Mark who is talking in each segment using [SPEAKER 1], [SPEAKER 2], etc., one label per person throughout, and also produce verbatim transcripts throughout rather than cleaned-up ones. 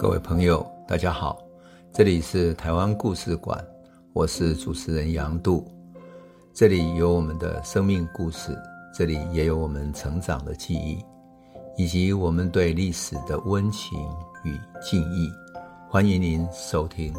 [SPEAKER 1] 各位朋友大家好，这里是台湾故事馆，我是主持人杨度。这里有我们的生命故事，这里也有我们成长的记忆，以及我们对历史的温情与敬意。欢迎您收听。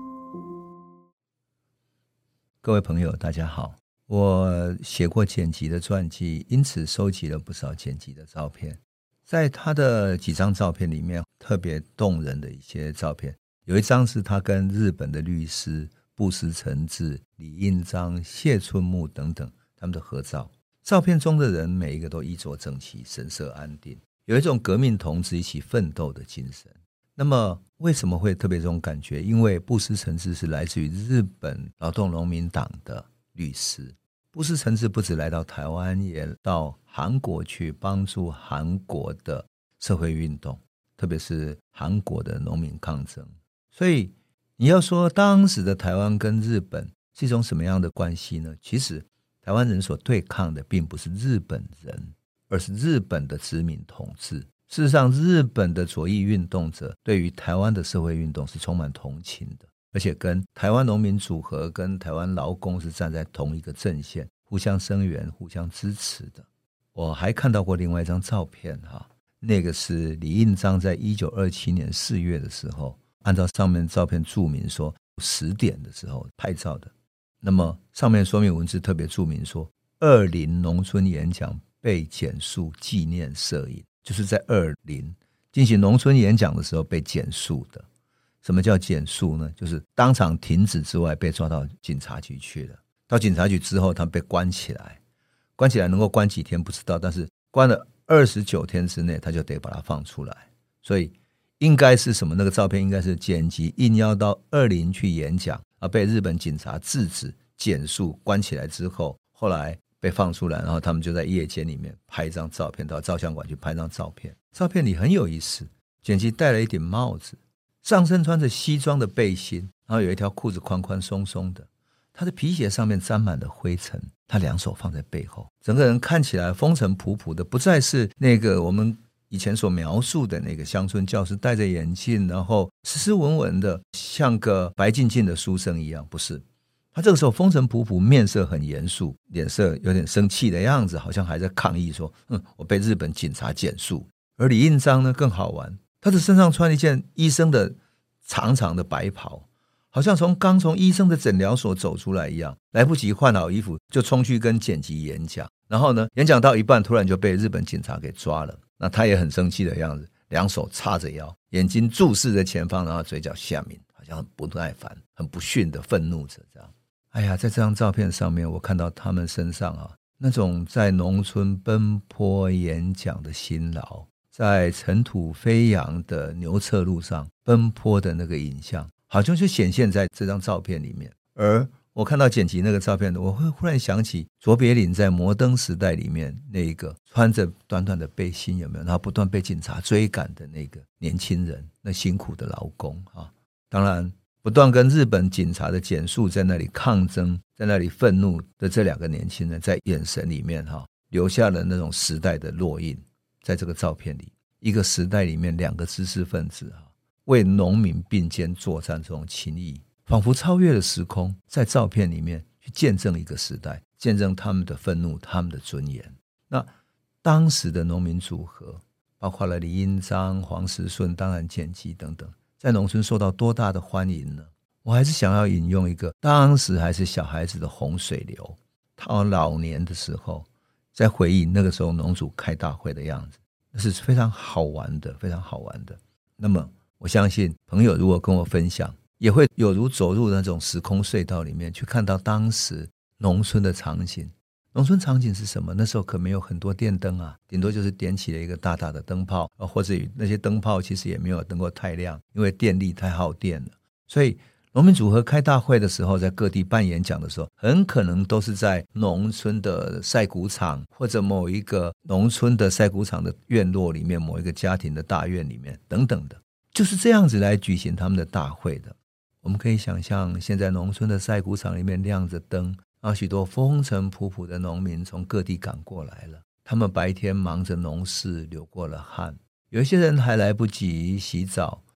[SPEAKER 1] 各位朋友大家好，我写过剪辑的传记，因此收集了不少剪辑的照片。在他的几张照片里面，特别动人的一些照片，有一张是他跟日本的律师布施诚志、李应章、谢春木等等他们的合照。照片中的人每一个都衣着整齐，神色安定，有一种革命同志一起奋斗的精神。那么为什么会特别这种感觉？因为布施诚志是来自于日本劳动农民党的律师。布施诚志不止来到台湾，也到韩国去帮助韩国的社会运动，特别是韩国的农民抗争。所以你要说当时的台湾跟日本是一种什么样的关系呢？其实台湾人所对抗的并不是日本人，而是日本的殖民统治。事实上，日本的左翼运动者对于台湾的社会运动是充满同情的，而且跟台湾农民组合跟台湾劳工是站在同一个阵线，互相声援互相支持的。我还看到过另外一张照片，那个是李应章在一九二七年四月的时候，按照上面照片注明说十点的时候拍照的。那么上面说明文字特别注明说二林农村演讲被减速纪念摄影，就是在二林进行农村演讲的时候被减速的。什么叫减速呢？就是当场停止之外被抓到警察局去了。到警察局之后他被关起来，关起来能够关几天不知道，但是关了二十九天之内他就得把它放出来。所以应该是什么？那个照片应该是剪辑应邀到二林去演讲，而被日本警察制止减速关起来之后，后来被放出来，然后他们就在夜间里面拍一张照片，到照相馆去拍一张照片。照片里很有意思，剪辑戴了一顶帽子，上身穿着西装的背心，然后有一条裤子宽宽松松的，他的皮鞋上面沾满了灰尘，他两手放在背后，整个人看起来风尘仆仆的，不再是那个我们以前所描述的那个乡村教师，戴着眼镜，然后斯斯文文的像个白净净的书生一样，不是。他这个时候风尘仆仆，面色很严肃，脸色有点生气的样子，好像还在抗议说嗯，我被日本警察减速。而李应章呢更好玩，他的身上穿一件医生的长长的白袍，好像从刚从医生的诊疗所走出来一样，来不及换好衣服就冲去跟剪辑演讲。然后呢，演讲到一半突然就被日本警察给抓了。那他也很生气的样子，两手叉着腰，眼睛注视着前方，然后嘴角下抿，好像很不耐烦很不逊的愤怒着这样。哎呀，在这张照片上面我看到他们身上啊，那种在农村奔波演讲的辛劳，在尘土飞扬的牛侧路上奔波的那个影像，好像就显现在这张照片里面。而我看到剪辑那个照片，我会忽然想起卓别林在摩登时代里面那一个穿着短短的背心，有没有？然后不断被警察追赶的那个年轻人，那辛苦的劳工啊。当然不断跟日本警察的减速在那里抗争，在那里愤怒的这两个年轻人，在眼神里面哈留下了那种时代的烙印。在这个照片里，一个时代里面两个知识分子哈为农民并肩作战，这种情谊仿佛超越了时空，在照片里面去见证一个时代，见证他们的愤怒，他们的尊严。那当时的农民组合包括了李应章、黄石顺，当然剪辑等等，在农村受到多大的欢迎呢？我还是想要引用一个当时还是小孩子的洪水流，他老年的时候在回忆那个时候农主开大会的样子，那是非常好玩的，非常好玩的。那么我相信朋友如果跟我分享，也会有如走入那种时空隧道里面，去看到当时农村的场景。农村场景是什么？那时候可没有很多电灯啊，顶多就是点起了一个大大的灯泡，或者那些灯泡其实也没有能够太亮，因为电力太耗电了。所以农民组合开大会的时候，在各地办演讲的时候，很可能都是在农村的晒谷场，或者某一个农村的晒谷场的院落里面，某一个家庭的大院里面等等的，就是这样子来举行他们的大会的。我们可以想象，现在农村的晒谷场里面亮着灯，然后许多风尘仆仆的农民从各地赶过来了，他们白天忙着农事，流过了汗，有一些人还来不及洗澡，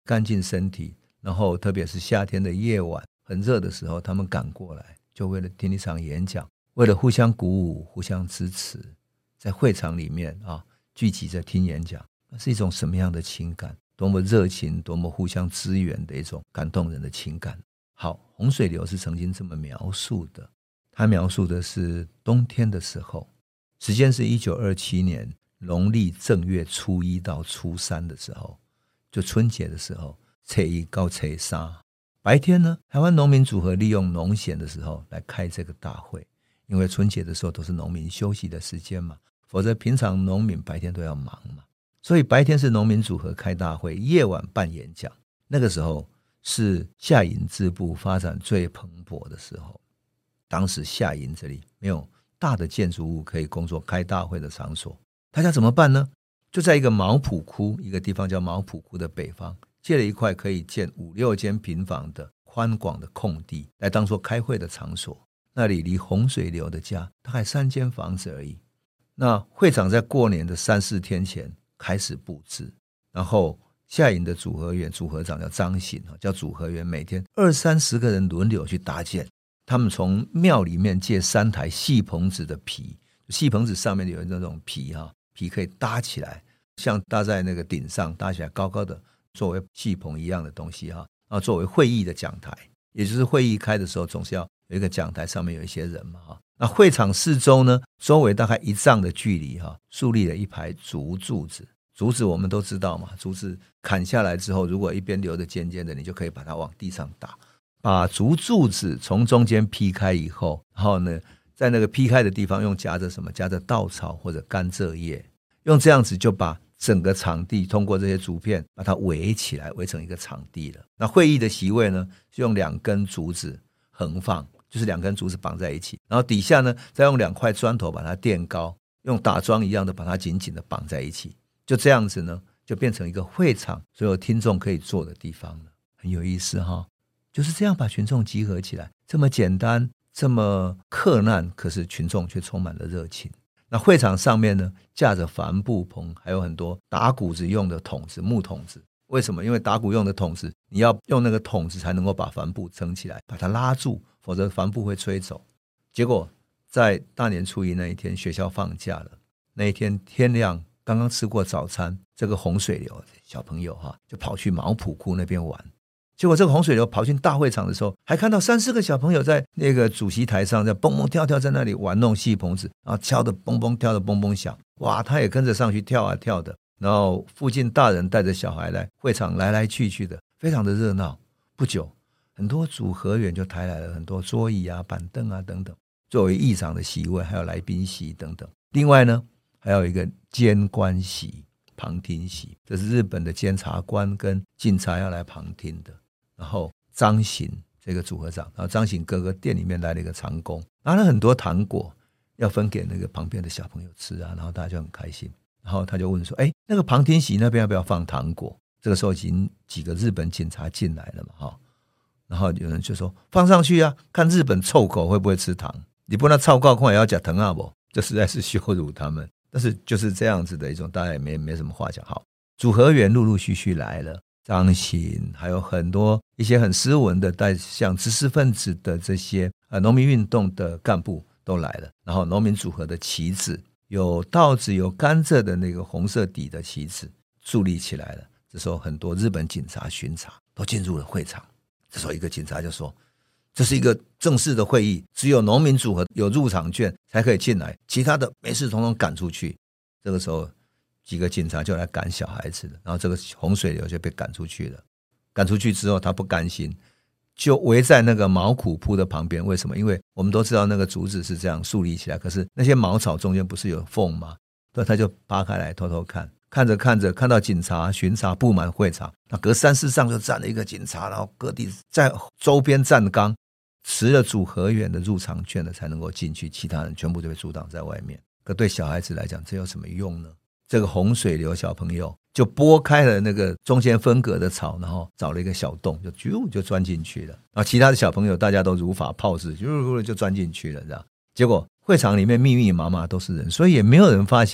[SPEAKER 1] 干净身体，然后特别是夏天的夜晚很热的时候，他们赶过来，就为了听一场演讲，为了互相鼓舞互相支持，在会场里面啊聚集着听演讲，那是一种什么样的情感？多么热情，多么互相支援的一种感动人的情感。好，洪水流是曾经这么描述的，他描述的是冬天的时候，时间是一九二七年农历正月初一到初三的时候，就春节的时候，初一到初三。白天呢，台湾农民组合利用农闲的时候来开这个大会，因为春节的时候都是农民休息的时间嘛，否则平常农民白天都要忙嘛，所以白天是农民组合开大会，夜晚办演讲。那个时候是下营支部发展最蓬勃的时候，当时下营这里没有大的建筑物可以工作开大会的场所，大家怎么办呢？就在一个毛圃窟，一个地方叫毛圃窟的北方，借了一块可以建五六间平房的宽广的空地来当作开会的场所。那里离洪水流的家大概三间房子而已。那会长在过年的三四天前开始布置，然后下营的组合员组合长叫张醒，叫组合员每天二三十个人轮流去搭建。他们从庙里面借三台细棚子的皮，细棚子上面有那种皮哈，皮可以搭起来，像搭在那个顶上，搭起来高高的，作为戏棚一样的东西哈，然后作为会议的讲台，也就是会议开的时候总是要有一个讲台，上面有一些人嘛哈。那会场四周呢，周围大概一丈的距离哈，树立了一排竹柱子。竹子我们都知道嘛，竹子砍下来之后，如果一边留着尖尖的，你就可以把它往地上打。把竹柱子从中间劈开以后，然后呢，在那个劈开的地方用夹着什么？夹着稻草或者甘蔗叶，用这样子就把整个场地通过这些竹片把它围起来，围成一个场地了。那会议的席位呢，是用两根竹子横放，就是两根竹子绑在一起，然后底下呢再用两块砖头把它垫高，用打桩一样的把它紧紧的绑在一起，就这样子呢就变成一个会场，所有听众可以坐的地方了。很有意思哈，就是这样把群众集合起来，这么简单这么克难，可是群众却充满了热情。那会场上面呢架着帆布棚，还有很多打谷子用的筒子，木筒子。为什么？因为打鼓用的筒子你要用那个筒子才能够把帆布撑起来，把它拉住，否则帆布会吹走。结果在大年初一那一天学校放假了，那一天天亮刚刚吃过早餐，这个洪水流小朋友哈就跑去毛圃窟那边玩。结果这个洪水流跑进大会场的时候，还看到三四个小朋友在那个主席台上在蹦蹦跳跳，在那里玩弄戏棚子，然后敲得蹦蹦跳得蹦蹦响。哇，他也跟着上去跳啊跳的。然后附近大人带着小孩来会场来来去去的，非常的热闹。不久很多组合员就抬来了很多桌椅啊板凳啊等等，作为议长的席位，还有来宾席等等。另外呢还有一个监官席旁听席，这是日本的监察官跟警察要来旁听的。然后张醒这个组合长，然后张醒哥哥店里面来了一个长工，拿了很多糖果要分给那个旁边的小朋友吃啊，然后大家就很开心。然后他就问说，哎，那个旁听席那边要不要放糖果？这个时候已经几个日本警察进来了嘛，哈。然后有人就说放上去啊，看日本臭狗会不会吃糖，你不能臭狗看也要吃糖啊不，这实在是羞辱他们。但是就是这样子的一种，大家也没没什么话讲。好，组合员陆陆续续来了，张醒还有很多一些很斯文的带像知识分子的这些呃农民运动的干部都来了，然后农民组合的旗子，有稻子有甘蔗的那个红色底的旗子竖立起来了。这时候很多日本警察巡查都进入了会场。这时候一个警察就说，这是一个正式的会议，只有农民组合有入场券才可以进来，其他的没事统统赶出去。这个时候几个警察就来赶小孩子了，然后这个洪水流就被赶出去了。赶出去之后他不甘心，就围在那个毛圃铺的旁边。为什么？因为我们都知道那个竹子是这样竖立起来，可是那些茅草中间不是有缝吗？所以他就扒开来偷偷看，看着看着看到警察巡查布满会场，那隔三四丈就站了一个警察，然后各地在周边站岗，持了组合员的入场券的才能够进去，其他人全部就被阻挡在外面。可对小孩子来讲这有什么用呢？这个洪水流小朋友就拨开了那个中间分隔的草，然后找了一个小洞，就啾就钻进去了。然后其他的小朋友大家都如法炮制，就就钻进去了，这样。结果会场里面密密麻麻都是人，所以也没有人发现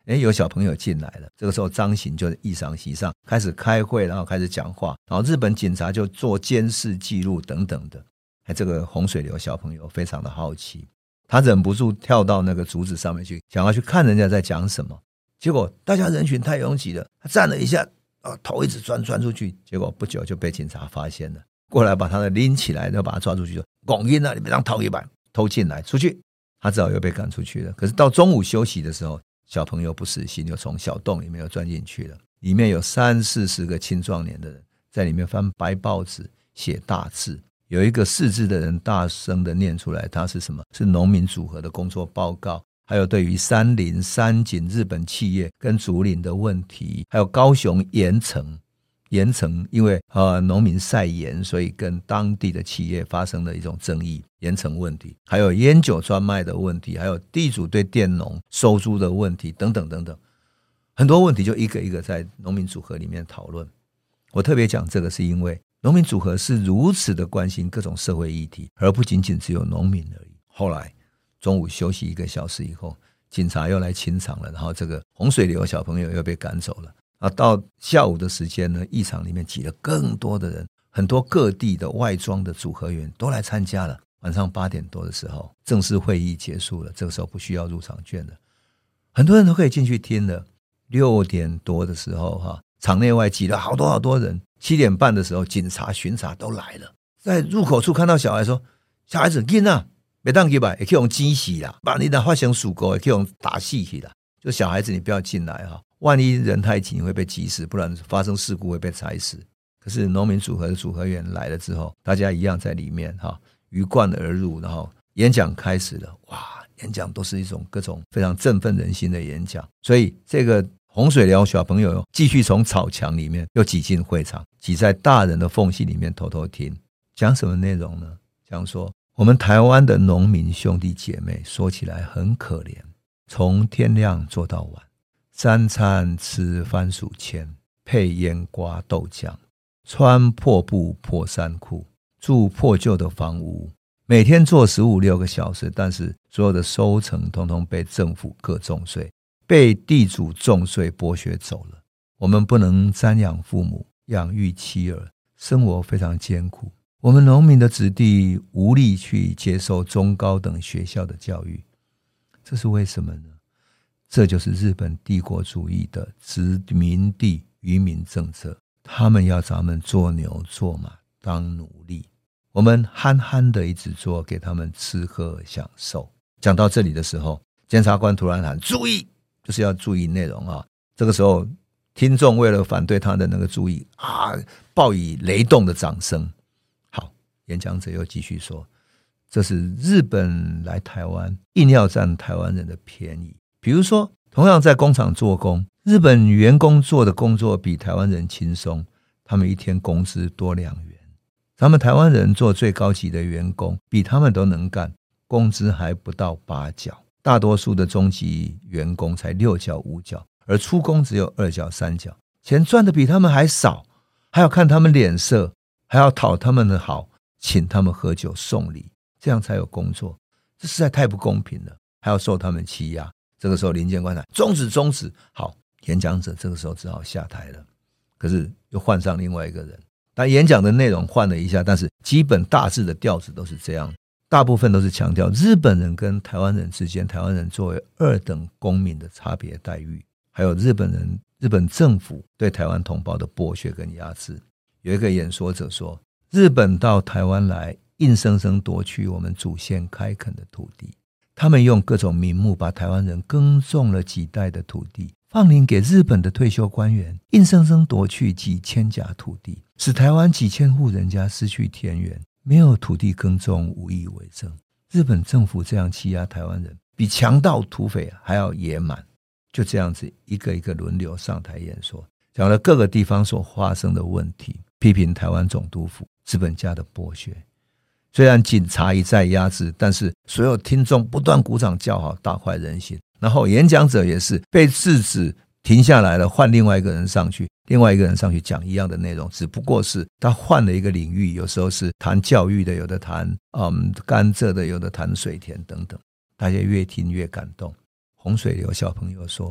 [SPEAKER 1] 诶，有小朋友进来了，这个时候张行就议上席上开始开会，然后开始讲话，然后日本警察就做监视记录等等的。诶，这个洪水流小朋友非常的好奇，他忍不住跳到那个竹子上面去，想要去看人家在讲什么。结果大家人群太拥挤了，他站了一下，哦，头一直钻钻出去，结果不久就被警察发现了，过来把他的拎起来，然后把他抓出去，说拱音啊，你别让偷一百偷进来出去。他只好又被赶出去了。可是到中午休息的时候，小朋友不死心，又从小洞里面又钻进去了，里面有三四十个青壮年的人在里面翻白报纸写大字，有一个识字的人大声的念出来，他是什么？是农民组合的工作报告，还有对于山林山景日本企业跟竹林的问题，还有高雄盐城盐城因为呃农民晒盐，所以跟当地的企业发生了一种争议，盐城问题，还有烟酒专卖的问题，还有地主对佃农收租的问题等等等等，很多问题就一个一个在农民组合里面讨论。我特别讲这个是因为农民组合是如此的关心各种社会议题，而不仅仅只有农民而已。后来中午休息一个小时以后，警察又来清场了，然后这个洪水流小朋友又被赶走了。啊，到下午的时间呢，议场里面挤了更多的人，很多各地的外庄的组合员都来参加了。晚上八点多的时候，正式会议结束了，这个时候不需要入场券了，很多人都可以进去听了。六点多的时候哈，场内外挤了好多好多人。七点半的时候，警察巡查都来了，在入口处看到小孩说：“小孩子囡啊，别当去吧，也可以用鸡洗啦，把你的发生事故也可以用打细去啦。就小孩子你不要进来哈。”万一人太挤会被挤死，不然发生事故会被踩死。可是农民组合的组合员来了之后，大家一样在里面哈，鱼贯而入，然后演讲开始了。哇，演讲都是一种各种非常振奋人心的演讲。所以这个洪水流小朋友继续从草墙里面又挤进会场，挤在大人的缝隙里面偷偷听。讲什么内容呢？讲说我们台湾的农民兄弟姐妹说起来很可怜，从天亮做到晚，三餐吃番薯签配腌瓜豆浆，穿破布破衫裤，住破旧的房屋，每天做十五六个小时，但是所有的收成统统被政府各重税，被地主重税剥削走了。我们不能瞻仰父母，养育妻儿，生活非常艰苦。我们农民的子弟无力去接受中高等学校的教育，这是为什么呢？这就是日本帝国主义的殖民地渔民政策，他们要咱们做牛做马当奴隶，我们憨憨的一直做，给他们吃喝享受。讲到这里的时候，检察官突然喊注意，就是要注意内容啊。这个时候听众为了反对他的那个注意啊，报以雷动的掌声。好，演讲者又继续说，这是日本来台湾硬要占台湾人的便宜。比如说同样在工厂做工，日本员工做的工作比台湾人轻松，他们一天工资多两元。咱们台湾人做最高级的员工比他们都能干，工资还不到八角，大多数的中级员工才六角五角，而初工只有二角三角，钱赚的比他们还少，还要看他们脸色，还要讨他们的好，请他们喝酒送礼，这样才有工作。这实在太不公平了，还要受他们欺压。这个时候林监官喊终止终止，好，演讲者这个时候只好下台了。可是又换上另外一个人，但演讲的内容换了一下，但是基本大致的调子都是这样，大部分都是强调日本人跟台湾人之间，台湾人作为二等公民的差别待遇，还有日本人日本政府对台湾同胞的剥削跟压制。有一个演说者说，日本到台湾来硬生生夺去我们祖先开垦的土地，他们用各种名目把台湾人耕种了几代的土地放领给日本的退休官员，硬生生夺去几千甲土地，使台湾几千户人家失去田园，没有土地耕种，无以为生。日本政府这样欺压台湾人，比强盗土匪还要野蛮。就这样子一个一个轮流上台演说，讲了各个地方所发生的问题，批评台湾总督府资本家的剥削。虽然警察一再压制，但是所有听众不断鼓掌叫好，大快人心。然后演讲者也是被制止停下来了，换另外一个人上去，另外一个人上去讲一样的内容，只不过是他换了一个领域，有时候是谈教育的，有的谈嗯甘蔗的，有的谈水田等等。大家越听越感动。洪水流小朋友说，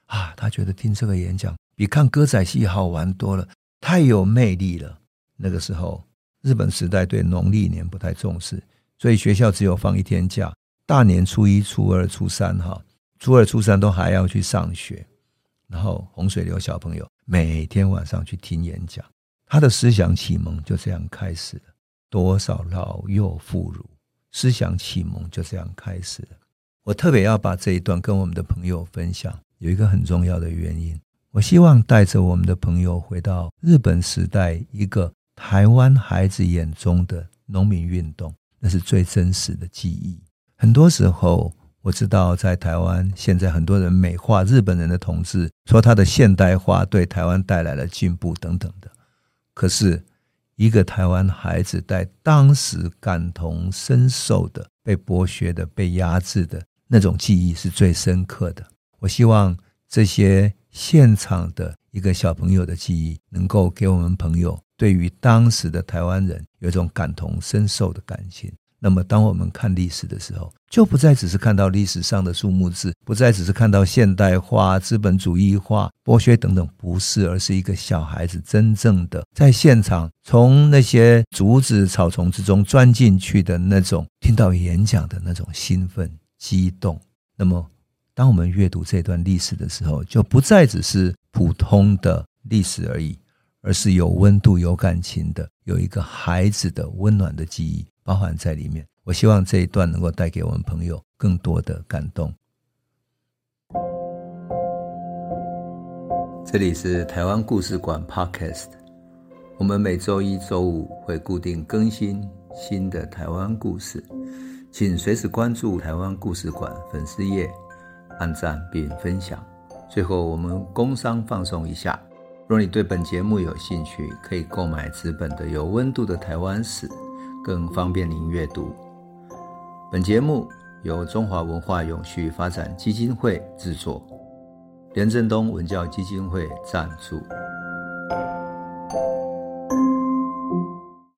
[SPEAKER 1] 啊，他觉得听这个演讲比看歌仔戏好玩多了，太有魅力了。那个时候日本时代对农历年不太重视，所以学校只有放一天假，大年初一初二初三哈，初二初三都还要去上学。然后洪水流小朋友每天晚上去听演讲，他的思想启蒙就这样开始了。多少老幼妇孺，思想启蒙就这样开始了。我特别要把这一段跟我们的朋友分享，有一个很重要的原因，我希望带着我们的朋友回到日本时代一个台湾孩子眼中的农民运动，那是最真实的记忆。很多时候我知道在台湾现在很多人美化日本人的统治，说他的现代化对台湾带来了进步等等的，可是一个台湾孩子在当时感同身受的被剥削的被压制的那种记忆是最深刻的。我希望这些现场的一个小朋友的记忆能够给我们朋友对于当时的台湾人有一种感同身受的感情。那么当我们看历史的时候，就不再只是看到历史上的数目字，不再只是看到现代化、资本主义化、剥削等等，不是，而是一个小孩子真正的在现场从那些竹子草丛之中钻进去的那种听到演讲的那种兴奋激动。那么当我们阅读这段历史的时候，就不再只是普通的历史而已，而是有温度有感情的，有一个孩子的温暖的记忆包含在里面。我希望这一段能够带给我们朋友更多的感动。这里是台湾故事馆 Podcast， 我们每周一周五会固定更新新的台湾故事，请随时关注台湾故事馆粉丝页，按赞并分享。最后我们工商放送一下，若你对本节目有兴趣，可以购买纸本的有温度的台湾史，更方便您阅读。本节目由中华文化永续发展基金会制作，连震东文教基金会赞助。